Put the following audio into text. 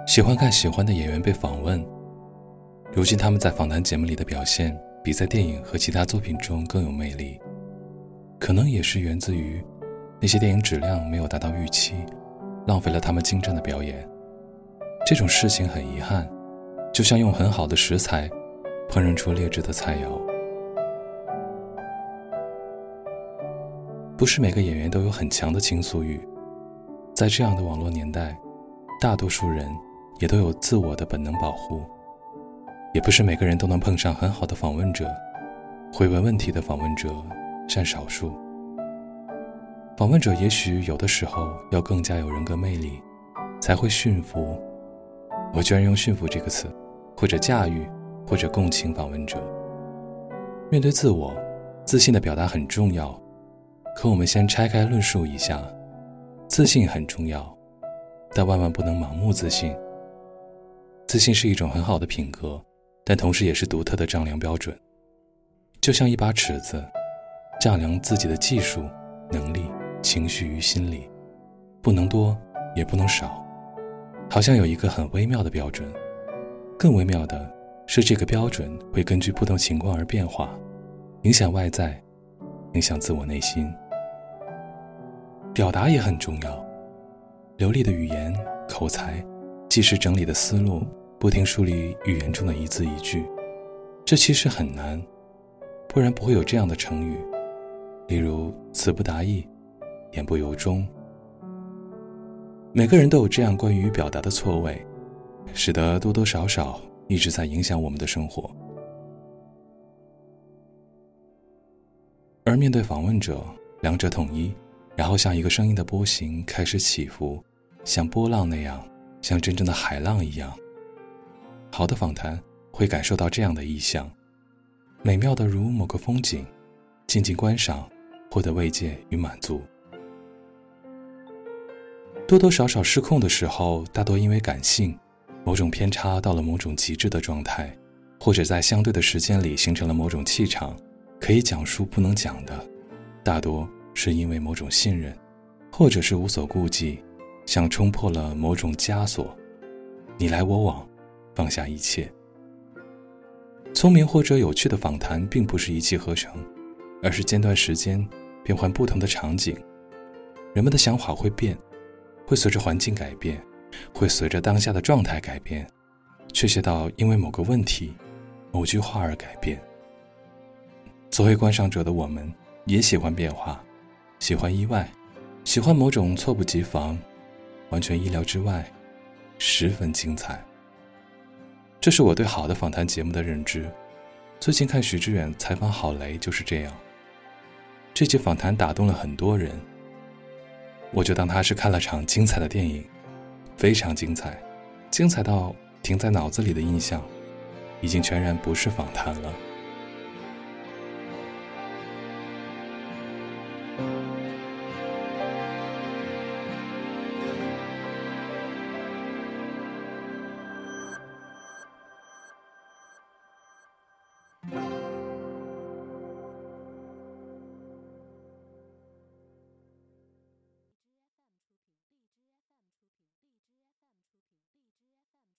喜欢看喜欢的演员被访问，如今他们在访谈节目里的表现比在电影和其他作品中更有魅力，可能也是源自于那些电影质量没有达到预期，浪费了他们精湛的表演。这种事情很遗憾，就像用很好的食材烹饪出劣质的菜肴。不是每个演员都有很强的倾诉欲，在这样的网络年代，大多数人也都有自我的本能保护，也不是每个人都能碰上很好的访问者，会问问题的访问者占少数。访问者也许有的时候要更加有人格魅力，才会驯服，我居然用驯服这个词，或者驾驭，或者共情访问者。面对自我，自信的表达很重要，可我们先拆开论述一下，自信很重要，但万万不能盲目自信。自信是一种很好的品格，但同时也是独特的丈量标准。就像一把尺子，丈量自己的技术、能力、情绪与心理，不能多，也不能少，好像有一个很微妙的标准。更微妙的是，这个标准会根据不同情况而变化，影响外在，影响自我内心。表达也很重要，流利的语言、口才、即时整理的思路，不停梳理语言中的一字一句，这其实很难，不然不会有这样的成语，例如词不达意、言不由衷。每个人都有这样关于表达的错位，使得多多少少一直在影响我们的生活。而面对访问者，两者统一，然后像一个声音的波形开始起伏，像波浪那样，像真正的海浪一样。好的访谈会感受到这样的意象，美妙的如某个风景，静静观赏，获得慰藉与满足。多多少少失控的时候，大多因为感性，某种偏差到了某种极致的状态，或者在相对的时间里形成了某种气场，可以讲述不能讲的，大多是因为某种信任，或者是无所顾忌，像冲破了某种枷锁，你来我往，放下一切。聪明或者有趣的访谈并不是一气呵成，而是间断时间，变换不同的场景。人们的想法会变，会随着环境改变，会随着当下的状态改变，确切到因为某个问题、某句话而改变。作为观赏者的我们，也喜欢变化，喜欢意外，喜欢某种猝不及防，完全意料之外，十分精彩。这是我对好的访谈节目的认知。最近看许知远采访郝蕾就是这样，这期访谈打动了很多人，我就当他是看了场精彩的电影，非常精彩，精彩到停在脑子里的印象已经全然不是访谈了。